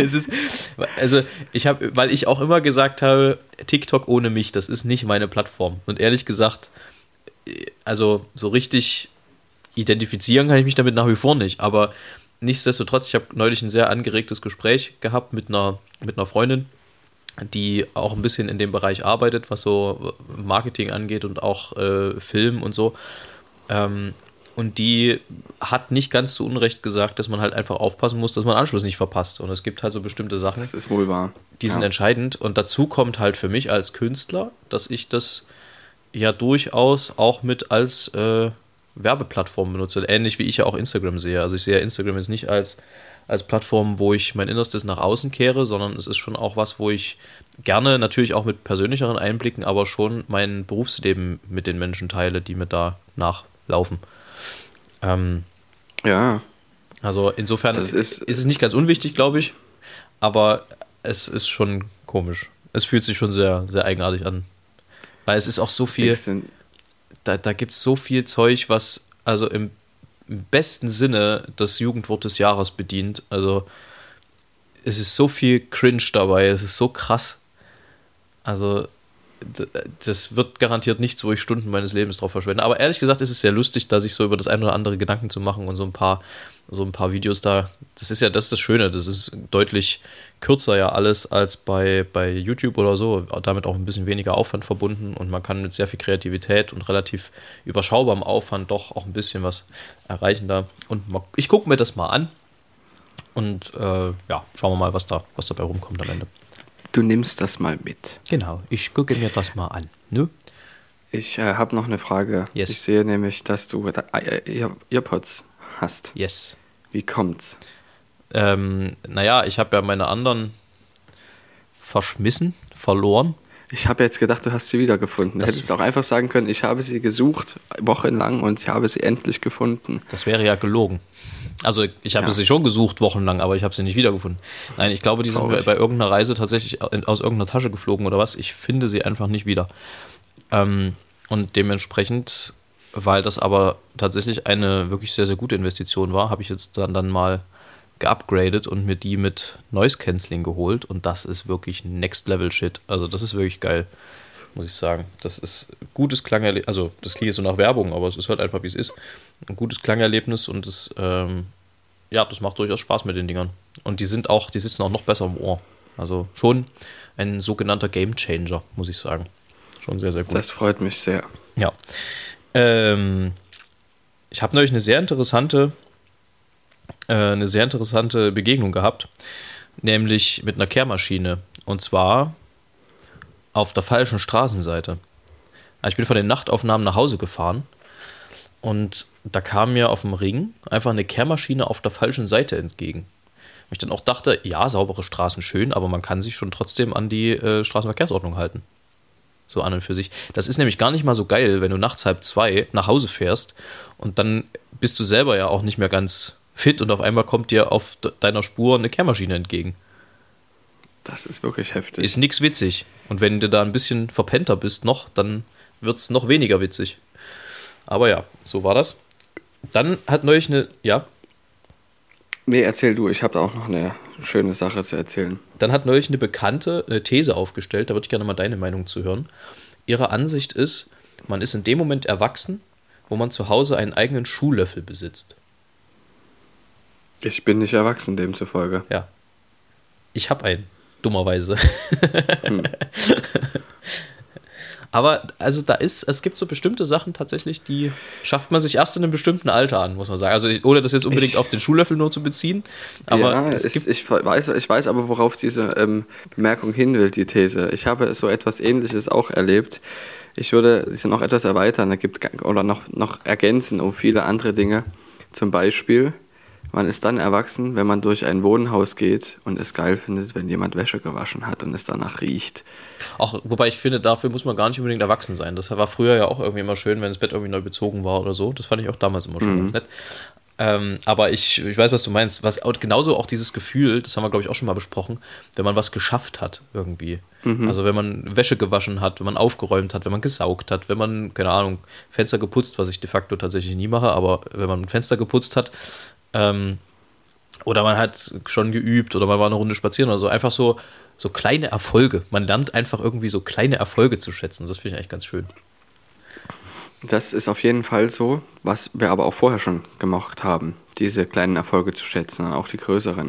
weil ich auch immer gesagt habe, TikTok ohne mich, das ist nicht meine Plattform. Und ehrlich gesagt, also so richtig identifizieren kann ich mich damit nach wie vor nicht. Aber nichtsdestotrotz, ich habe neulich ein sehr angeregtes Gespräch gehabt mit einer Freundin, die auch ein bisschen in dem Bereich arbeitet, was so Marketing angeht und auch Film und so. Und die hat nicht ganz zu Unrecht gesagt, dass man halt einfach aufpassen muss, dass man Anschluss nicht verpasst. Und es gibt halt so bestimmte Sachen, das ist wohl wahr, die sind entscheidend. Und dazu kommt halt für mich als Künstler, dass ich das ja durchaus auch mit als Werbeplattform benutze. Ähnlich wie ich ja auch Instagram sehe. Also ich sehe Instagram jetzt nicht als Plattform, wo ich mein Innerstes nach außen kehre, sondern es ist schon auch was, wo ich gerne natürlich auch mit persönlicheren Einblicken, aber schon mein Berufsleben mit den Menschen teile, die mir da nachlaufen. Ja. Also insofern ist es nicht ganz unwichtig, glaube ich, aber es ist schon komisch. Es fühlt sich schon sehr, sehr eigenartig an. Weil es ist auch so viel, da gibt es so viel Zeug, was also im besten Sinne das Jugendwort des Jahres bedient. Also es ist so viel Cringe dabei, es ist so krass. Also das wird garantiert nichts, wo ich Stunden meines Lebens drauf verschwende. Aber ehrlich gesagt ist es sehr lustig, da sich so über das ein oder andere Gedanken zu machen und so ein paar Videos da. Das ist das Schöne. Das ist deutlich kürzer ja alles als bei YouTube oder so. Damit auch ein bisschen weniger Aufwand verbunden und man kann mit sehr viel Kreativität und relativ überschaubarem Aufwand doch auch ein bisschen was erreichen da. Und ich gucke mir das mal an und schauen wir mal, was dabei rumkommt am Ende. Du nimmst das mal mit. Genau, ich gucke mir das mal an. Ne? Ich habe noch eine Frage. Yes. Ich sehe nämlich, dass du Earpods hast. Yes. Wie kommt's? Ich habe ja meine anderen verschmissen, verloren. Ich habe jetzt gedacht, du hast sie wiedergefunden. Du hättest auch einfach sagen können, ich habe sie gesucht, wochenlang, und ich habe sie endlich gefunden. Das wäre ja gelogen. Also ich habe sie schon gesucht wochenlang, aber ich habe sie nicht wiedergefunden. Nein, ich glaube, die sind bei irgendeiner Reise tatsächlich aus irgendeiner Tasche geflogen oder was. Ich finde sie einfach nicht wieder. Und dementsprechend, weil das aber tatsächlich eine wirklich sehr, sehr gute Investition war, habe ich jetzt dann mal geupgradet und mir die mit Noise Cancelling geholt, und das ist wirklich Next Level Shit. Also das ist wirklich geil, muss ich sagen. Das ist gutes Klangerlebnis, also das klingt jetzt so nach Werbung, aber es ist halt einfach, wie es ist. Ein gutes Klangerlebnis, und das, das macht durchaus Spaß mit den Dingern. Und die sitzen auch noch besser im Ohr. Also schon ein sogenannter Game Changer, muss ich sagen. Schon sehr, sehr gut. Das freut mich sehr. Ja. Ich habe neulich eine sehr interessante Begegnung gehabt, nämlich mit einer Kehrmaschine, und zwar auf der falschen Straßenseite. Also ich bin von den Nachtaufnahmen nach Hause gefahren, und da kam mir auf dem Ring einfach eine Kehrmaschine auf der falschen Seite entgegen. Und ich dann auch dachte, ja, saubere Straßen schön, aber man kann sich schon trotzdem an die Straßenverkehrsordnung halten. So an und für sich. Das ist nämlich gar nicht mal so geil, wenn du nachts 1:30 nach Hause fährst, und dann bist du selber ja auch nicht mehr ganz fit, und auf einmal kommt dir auf deiner Spur eine Kehrmaschine entgegen. Das ist wirklich heftig. Ist nix witzig. Und wenn du da ein bisschen verpennter bist dann wird es noch weniger witzig. Aber ja, so war das. Dann hat neulich ja? Nee, erzähl du, ich habe auch noch eine schöne Sache zu erzählen. Dann hat neulich eine Bekannte eine These aufgestellt, da würde ich gerne mal deine Meinung zu hören. Ihre Ansicht ist, man ist in dem Moment erwachsen, wo man zu Hause einen eigenen Schuhlöffel besitzt. Ich bin nicht erwachsen, demzufolge. Ja. Ich habe einen, dummerweise. Aber also es gibt so bestimmte Sachen tatsächlich, die schafft man sich erst in einem bestimmten Alter an, muss man sagen. Also ohne das jetzt unbedingt auf den Schuhlöffel nur zu beziehen. Aber ja, ich weiß aber, worauf diese Bemerkung hin will, die These. Ich habe so etwas Ähnliches auch erlebt. Ich würde diese noch etwas erweitern oder noch ergänzen um viele andere Dinge. Zum Beispiel, man ist dann erwachsen, wenn man durch ein Wohnhaus geht und es geil findet, wenn jemand Wäsche gewaschen hat und es danach riecht. Auch, wobei ich finde, dafür muss man gar nicht unbedingt erwachsen sein. Das war früher ja auch irgendwie immer schön, wenn das Bett irgendwie neu bezogen war oder so. Das fand ich auch damals immer schon ganz nett. Aber ich weiß, was du meinst. Genauso auch dieses Gefühl, das haben wir, glaube ich, auch schon mal besprochen, wenn man was geschafft hat irgendwie. Also wenn man Wäsche gewaschen hat, wenn man aufgeräumt hat, wenn man gesaugt hat, wenn man, keine Ahnung, Fenster geputzt, was ich de facto tatsächlich nie mache, aber wenn man ein Fenster geputzt hat, oder man hat schon geübt oder man war eine Runde spazieren oder so, einfach so kleine Erfolge. Man lernt einfach irgendwie so kleine Erfolge zu schätzen. Das finde ich eigentlich ganz schön. Das ist auf jeden Fall so, was wir aber auch vorher schon gemacht haben, diese kleinen Erfolge zu schätzen und auch die größeren.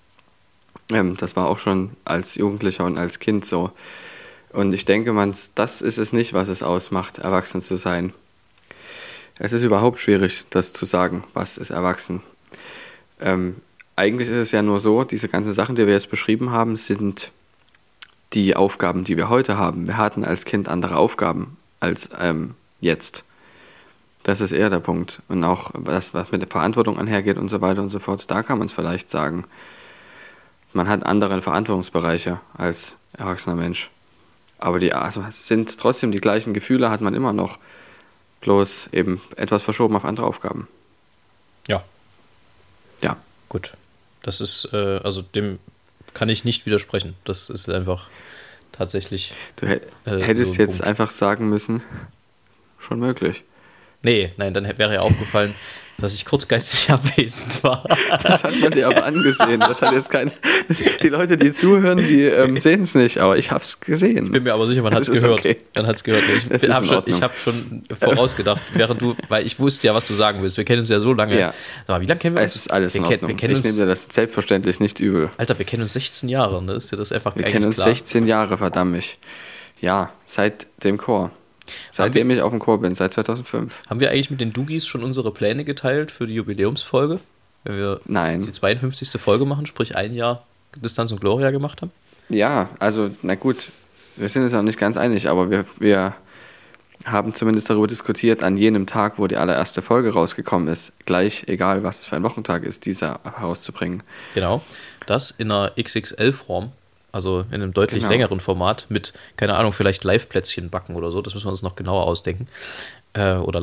Das war auch schon als Jugendlicher und als Kind so. Und ich denke, das ist es nicht, was es ausmacht, erwachsen zu sein. Es ist überhaupt schwierig, das zu sagen, was ist erwachsen. Eigentlich ist es ja nur so, diese ganzen Sachen, die wir jetzt beschrieben haben, sind die Aufgaben, die wir heute haben. Wir hatten als Kind andere Aufgaben als jetzt. Das ist eher der Punkt. Und auch das, was mit der Verantwortung einhergeht und so weiter und so fort, da kann man es vielleicht sagen. Man hat andere Verantwortungsbereiche als erwachsener Mensch. Aber sind trotzdem die gleichen Gefühle, hat man immer noch. Bloß eben etwas verschoben auf andere Aufgaben. Ja. Ja. Gut. Das ist, also dem kann ich nicht widersprechen. Das ist einfach tatsächlich. Du hättest so jetzt einfach sagen müssen, schon möglich. Nein, dann wäre ja aufgefallen, dass ich kurzgeistig abwesend war. Das hat man dir aber angesehen. Das hat jetzt die Leute, die zuhören, die sehen es nicht, aber ich habe es gesehen. Ich bin mir aber sicher, man hat es gehört. Okay. Man hat es gehört. Ich habe schon vorausgedacht, weil ich wusste ja, was du sagen willst. Wir kennen uns ja so lange. Ja. Aber wie lange kennen wir uns? Es ist alles in Ordnung. Ich nehme dir das selbstverständlich nicht übel. Alter, wir kennen uns 16 Jahre, ne? Ist dir das einfach Wir kennen uns klar? 16 Jahre, verdammt mich. Ja, seit dem Chor. Seitdem ich auf dem Chor bin, seit 2005. Haben wir eigentlich mit den Dugis schon unsere Pläne geteilt für die Jubiläumsfolge? Wenn wir die 52. Folge machen, sprich ein Jahr Distanz und Gloria gemacht haben? Ja, also, na gut, wir sind uns noch nicht ganz einig, aber wir haben zumindest darüber diskutiert, an jenem Tag, wo die allererste Folge rausgekommen ist, gleich, egal was es für ein Wochentag ist, diese herauszubringen. Genau, das in einer XXL-Form. Also in einem deutlich Genau. längeren Format mit, keine Ahnung, vielleicht Live-Plätzchen backen oder so. Das müssen wir uns noch genauer ausdenken. Oder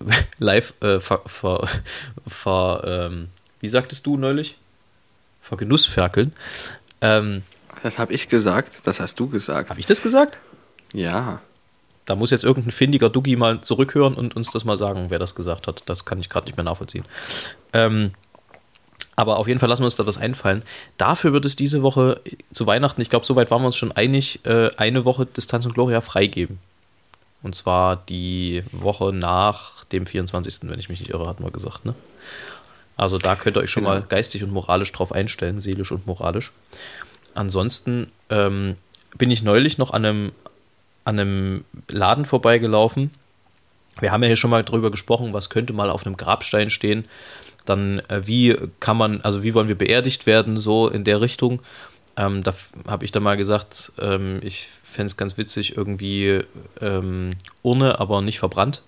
wie sagtest du neulich? Vergenussferkeln. Das habe ich gesagt, das hast du gesagt. Habe ich das gesagt? Ja. Da muss jetzt irgendein findiger Duggi mal zurückhören und uns das mal sagen, wer das gesagt hat. Das kann ich gerade nicht mehr nachvollziehen. Aber auf jeden Fall lassen wir uns da was einfallen. Dafür wird es diese Woche zu Weihnachten, ich glaube, soweit waren wir uns schon einig, eine Woche Distanz und Gloria freigeben. Und zwar die Woche nach dem 24., wenn ich mich nicht irre, hatten wir gesagt, ne? Also da könnt ihr euch schon mal geistig und moralisch drauf einstellen, seelisch und moralisch. Ansonsten bin ich neulich noch an einem Laden vorbeigelaufen. Wir haben ja hier schon mal drüber gesprochen, was könnte mal auf einem Grabstein stehen. Dann wie wollen wir beerdigt werden, so in der Richtung. Da habe ich dann mal gesagt, ich fände es ganz witzig, irgendwie Urne, aber nicht verbrannt.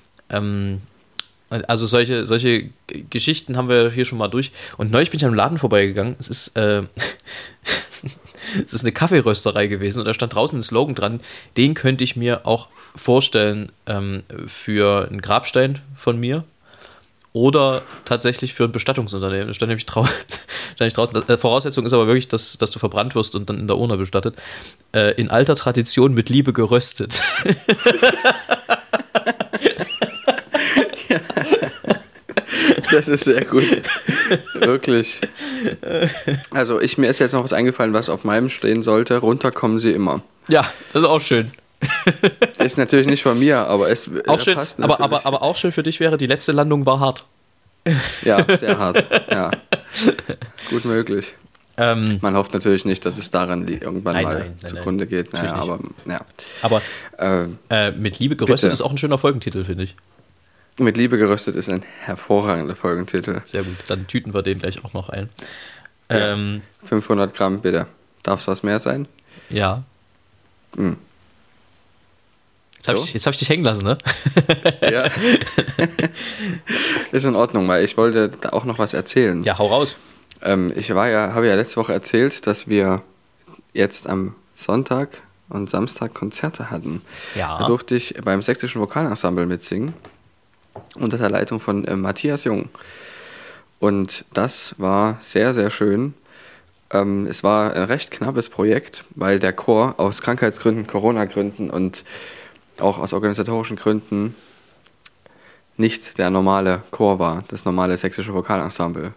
Also solche Geschichten haben wir hier schon mal durch. Und neulich bin ich am Laden vorbeigegangen. Es ist eine Kaffeerösterei gewesen und da stand draußen ein Slogan dran, den könnte ich mir auch vorstellen für einen Grabstein von mir oder tatsächlich für ein Bestattungsunternehmen. Da stand nämlich draußen. Voraussetzung ist aber wirklich, dass du verbrannt wirst und dann in der Urne bestattet. In alter Tradition mit Liebe geröstet. Das ist sehr gut. Wirklich. Also mir ist jetzt noch was eingefallen, was auf meinem stehen sollte. Runter kommen sie immer. Ja, das ist auch schön. Ist natürlich nicht von mir, aber es auch schön, passt natürlich. Aber auch schön für dich wäre, die letzte Landung war hart. Ja, sehr hart. Ja. Gut möglich. Man hofft natürlich nicht, dass es daran irgendwann zugrunde geht. Naja, aber mit Liebe geröstet bitte. Ist auch ein schöner Folgentitel, finde ich. Mit Liebe geröstet ist ein hervorragender Folgentitel. Sehr gut, dann tüten wir den gleich auch noch ein. Ja. 500 Gramm, bitte. Darf es was mehr sein? Ja. Jetzt hab ich dich hängen lassen, ne? Ja. Ist in Ordnung, weil ich wollte da auch noch was erzählen. Ja, hau raus. Ich habe ja letzte Woche erzählt, dass wir jetzt am Sonntag und Samstag Konzerte hatten. Ja. Da durfte ich beim Sächsischen Vokalensemble mitsingen, unter der Leitung von Matthias Jung. Und das war sehr, sehr schön. Es war ein recht knappes Projekt, weil der Chor aus Krankheitsgründen, Corona-Gründen und auch aus organisatorischen Gründen nicht der normale Chor war, das normale Sächsische Vokalensemble.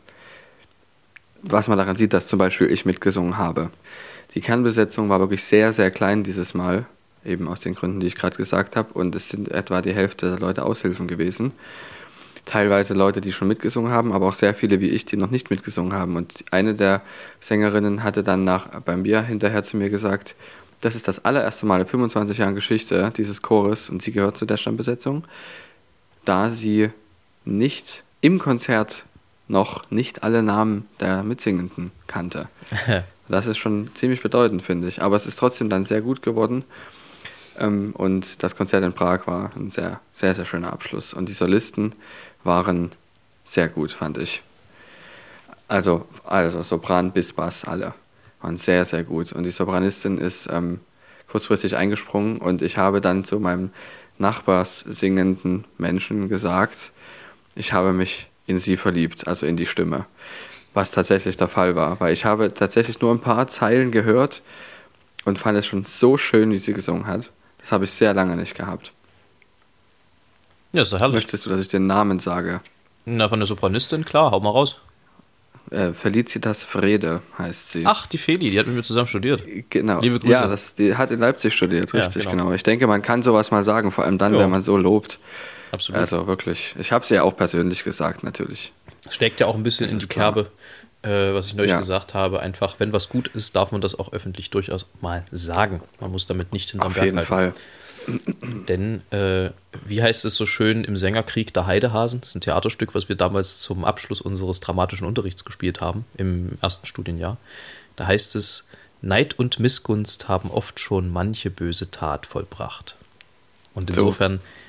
Was man daran sieht, dass zum Beispiel ich mitgesungen habe. Die Kernbesetzung war wirklich sehr, sehr klein dieses Mal, eben aus den Gründen, die ich gerade gesagt habe, und es sind etwa die Hälfte der Leute Aushilfen gewesen. Teilweise Leute, die schon mitgesungen haben, aber auch sehr viele wie ich, die noch nicht mitgesungen haben. Und eine der Sängerinnen hatte dann beim Bier hinterher zu mir gesagt, das ist das allererste Mal in 25 Jahren Geschichte dieses Chores, und sie gehört zu der Stammbesetzung, da sie nicht im Konzert noch nicht alle Namen der Mitsingenden kannte. Das ist schon ziemlich bedeutend, finde ich. Aber es ist trotzdem dann sehr gut geworden. Und das Konzert in Prag war ein sehr, sehr, sehr schöner Abschluss. Und die Solisten waren sehr gut, fand ich. Also Sopran bis Bass, alle waren sehr, sehr gut. Und die Sopranistin ist kurzfristig eingesprungen und ich habe dann zu meinem nachbarssingenden Menschen gesagt, ich habe mich in sie verliebt, also in die Stimme. Was tatsächlich der Fall war, weil ich habe tatsächlich nur ein paar Zeilen gehört und fand es schon so schön, wie sie gesungen hat. Das habe ich sehr lange nicht gehabt. Ja, ist doch herrlich. Möchtest du, dass ich den Namen sage? Na, von der Sopranistin, klar, hau mal raus. Felicitas Frede heißt sie. Ach, die Feli, die hat mit mir zusammen studiert. Genau. Liebe Grüße. Ja, die hat in Leipzig studiert, richtig, Ja, genau. Ich denke, man kann sowas mal sagen, vor allem dann, Ja. wenn man so lobt. Absolut. Also wirklich. Ich habe es ja auch persönlich gesagt, natürlich. Steckt ja auch ein bisschen Das in ist die klar. Kerbe, was ich neulich Ja. gesagt habe. Einfach, wenn was gut ist, darf man das auch öffentlich durchaus mal sagen. Man muss damit nicht hinterm Auf Berg jeden halten. Fall. Denn, wie heißt es so schön im Sängerkrieg, der Heidehasen? Das ist ein Theaterstück, was wir damals zum Abschluss unseres dramatischen Unterrichts gespielt haben, im ersten Studienjahr. Da heißt es, Neid und Missgunst haben oft schon manche böse Tat vollbracht. Und insofern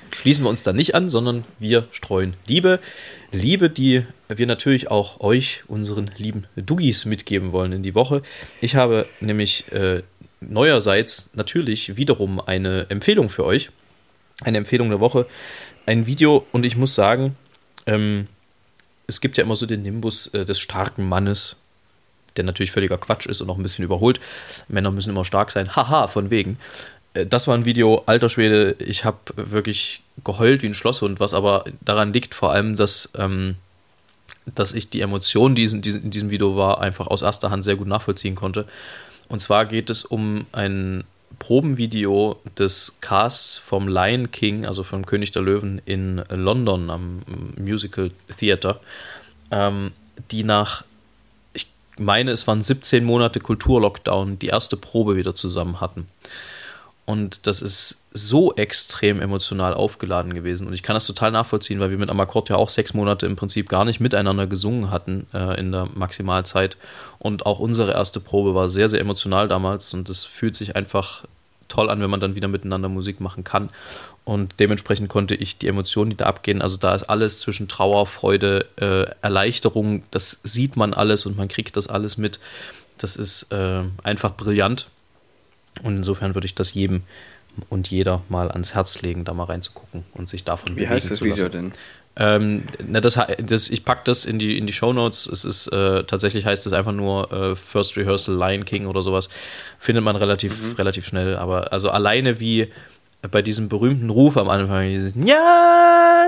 schließen wir uns da nicht an, sondern wir streuen Liebe. Liebe, die wir natürlich auch euch, unseren lieben Duggis, mitgeben wollen in die Woche. Ich habe nämlich neuerseits natürlich wiederum eine Empfehlung für euch. Eine Empfehlung der Woche. Ein Video, und ich muss sagen, es gibt ja immer so den Nimbus des starken Mannes, der natürlich völliger Quatsch ist und auch ein bisschen überholt. Männer müssen immer stark sein. Haha, von wegen. Das war ein Video, alter Schwede, ich habe wirklich geheult wie ein Schlosshund, was aber daran liegt vor allem, dass ich die Emotionen, die in diesem Video war, einfach aus erster Hand sehr gut nachvollziehen konnte. Und zwar geht es um ein Probenvideo des Casts vom Lion King, also vom König der Löwen in London am Musical Theater, die nach, ich meine, es waren 17 Monate Kulturlockdown, die erste Probe wieder zusammen hatten. Und das ist so extrem emotional aufgeladen gewesen. Und ich kann das total nachvollziehen, weil wir mit Amakord ja auch 6 Monate im Prinzip gar nicht miteinander gesungen hatten in der Maximalzeit. Und auch unsere erste Probe war sehr, sehr emotional damals. Und es fühlt sich einfach toll an, wenn man dann wieder miteinander Musik machen kann. Und dementsprechend konnte ich die Emotionen, die da abgehen, also da ist alles zwischen Trauer, Freude, Erleichterung, das sieht man alles und man kriegt das alles mit. Das ist einfach brillant. Und insofern würde ich das jedem und jeder mal ans Herz legen, da mal reinzugucken und sich davon bewegen zu lassen. Wie heißt das Video denn? Ich packe das in die Shownotes. Es ist tatsächlich heißt es einfach nur First Rehearsal Lion King oder sowas. Findet man relativ schnell. Aber also alleine wie bei diesem berühmten Ruf am Anfang, ja,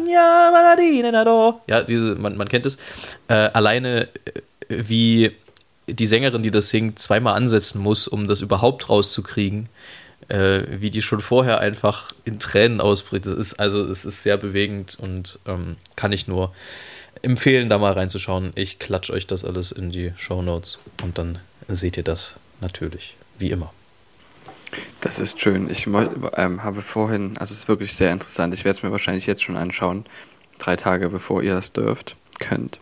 man kennt es. Alleine wie die Sängerin, die das singt, zweimal ansetzen muss, um das überhaupt rauszukriegen, wie die schon vorher einfach in Tränen ausbricht. Es ist sehr bewegend und kann ich nur empfehlen, da mal reinzuschauen. Ich klatsche euch das alles in die Shownotes und dann seht ihr das natürlich, wie immer. Das ist schön. Ich habe vorhin, also es ist wirklich sehr interessant, ich werde es mir wahrscheinlich jetzt schon anschauen, 3 Tage bevor ihr das könnt.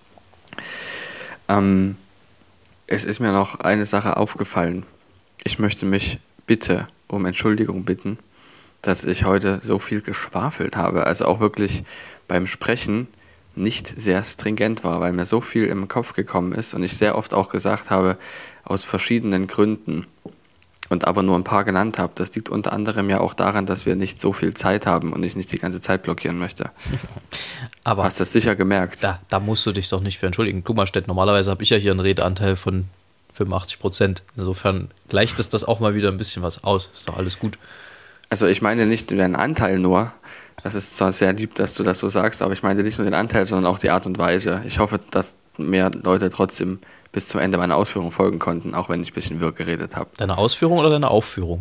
Es ist mir noch eine Sache aufgefallen. Ich möchte mich bitte um Entschuldigung bitten, dass ich heute so viel geschwafelt habe. Also auch wirklich beim Sprechen nicht sehr stringent war, weil mir so viel im Kopf gekommen ist und ich sehr oft auch gesagt habe, aus verschiedenen Gründen und aber nur ein paar genannt habe. Das liegt unter anderem ja auch daran, dass wir nicht so viel Zeit haben und ich nicht die ganze Zeit blockieren möchte. Aber hast das sicher gemerkt. Da musst du dich doch nicht für entschuldigen. Guck mal, Stett, normalerweise habe ich ja hier einen Redeanteil von 85%. Insofern gleicht es das auch mal wieder ein bisschen was aus. Ist doch alles gut. Also ich meine nicht den Anteil nur. Das ist zwar sehr lieb, dass du das so sagst, aber ich meine nicht nur den Anteil, sondern auch die Art und Weise. Ich hoffe, dass mehr Leute trotzdem bis zum Ende meiner Ausführung folgen konnten, auch wenn ich ein bisschen wirr geredet habe. Deine Ausführung oder deine Aufführung?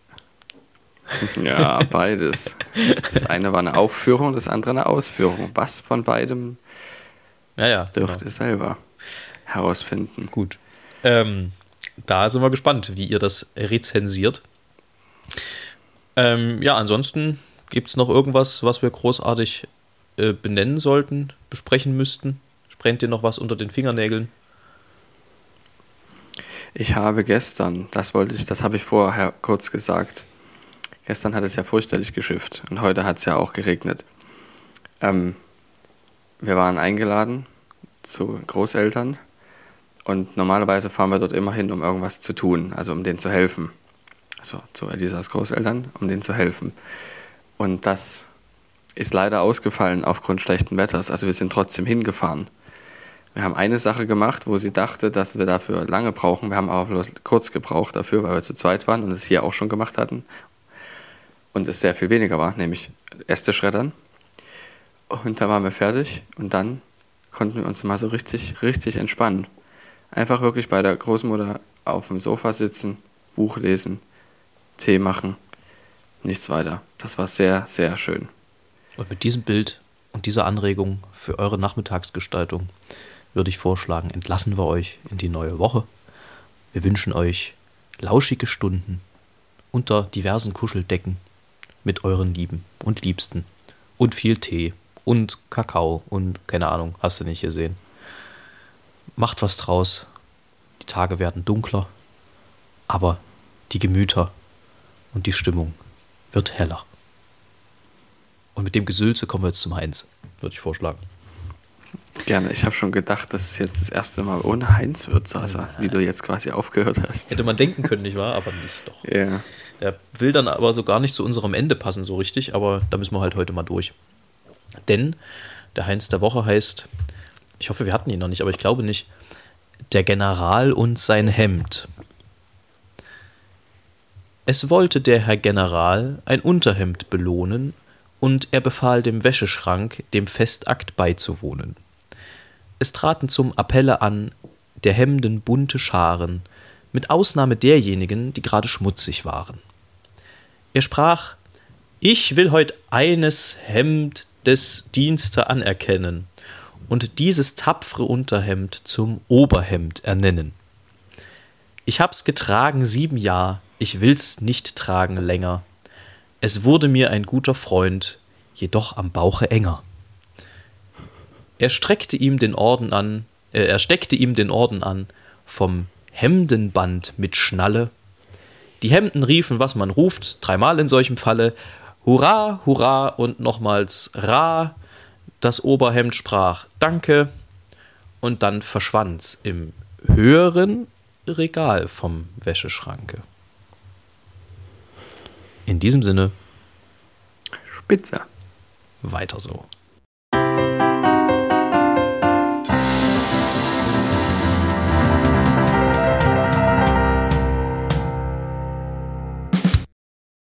Ja, beides. Das eine war eine Aufführung, das andere eine Ausführung. Was von beidem dürft ihr selber herausfinden. Gut. Da sind wir gespannt, wie ihr das rezensiert. Ansonsten gibt es noch irgendwas, was wir großartig benennen sollten, besprechen müssten? Brennt dir noch was unter den Fingernägeln? Ich habe gestern, das habe ich vorher kurz gesagt, gestern hat es ja fürchterlich geschifft und heute hat es ja auch geregnet. Wir waren eingeladen zu Großeltern und normalerweise fahren wir dort immer hin, um irgendwas zu tun, also um denen zu helfen. Also zu Elisas Großeltern, um denen zu helfen. Und das ist leider ausgefallen aufgrund schlechten Wetters, also wir sind trotzdem hingefahren. Wir haben eine Sache gemacht, wo sie dachte, dass wir dafür lange brauchen. Wir haben aber bloß kurz gebraucht dafür, weil wir zu zweit waren und es hier auch schon gemacht hatten. Und es sehr viel weniger war, nämlich Äste schreddern. Und da waren wir fertig und dann konnten wir uns mal so richtig, richtig entspannen. Einfach wirklich bei der Großmutter auf dem Sofa sitzen, Buch lesen, Tee machen, nichts weiter. Das war sehr, sehr schön. Und mit diesem Bild und dieser Anregung für eure Nachmittagsgestaltung würde ich vorschlagen, entlassen wir euch in die neue Woche. Wir wünschen euch lauschige Stunden unter diversen Kuscheldecken mit euren Lieben und Liebsten und viel Tee und Kakao und keine Ahnung, hast du nicht gesehen. Macht was draus. Die Tage werden dunkler, aber die Gemüter und die Stimmung wird heller. Und mit dem Gesülze kommen wir jetzt zum Heinz, würde ich vorschlagen. Gerne. Ich habe schon gedacht, dass es jetzt das erste Mal ohne Heinz wird, Sasa, wie du jetzt quasi aufgehört hast. Hätte man denken können, nicht wahr? Aber nicht doch. Ja. Der will dann aber so gar nicht zu unserem Ende passen so richtig, aber da müssen wir halt heute mal durch. Denn der Heinz der Woche heißt, ich hoffe, wir hatten ihn noch nicht, aber ich glaube nicht, der General und sein Hemd. Es wollte der Herr General ein Unterhemd belohnen und er befahl dem Wäscheschrank, dem Festakt beizuwohnen. Es traten zum Appelle an der Hemden bunte Scharen, mit Ausnahme derjenigen, die gerade schmutzig waren. Er sprach: Ich will heut eines Hemd des Dienste anerkennen und dieses tapfere Unterhemd zum Oberhemd ernennen. Ich hab's getragen 7 Jahr, ich will's nicht tragen länger. Es wurde mir ein guter Freund, jedoch am Bauche enger. Er steckte ihm den Orden an, vom Hemdenband mit Schnalle. Die Hemden riefen, was man ruft, 3-mal in solchem Falle: Hurra, hurra und nochmals Ra. Das Oberhemd sprach Danke und dann verschwand's im höheren Regal vom Wäscheschranke. In diesem Sinne, Spitze. weiter so.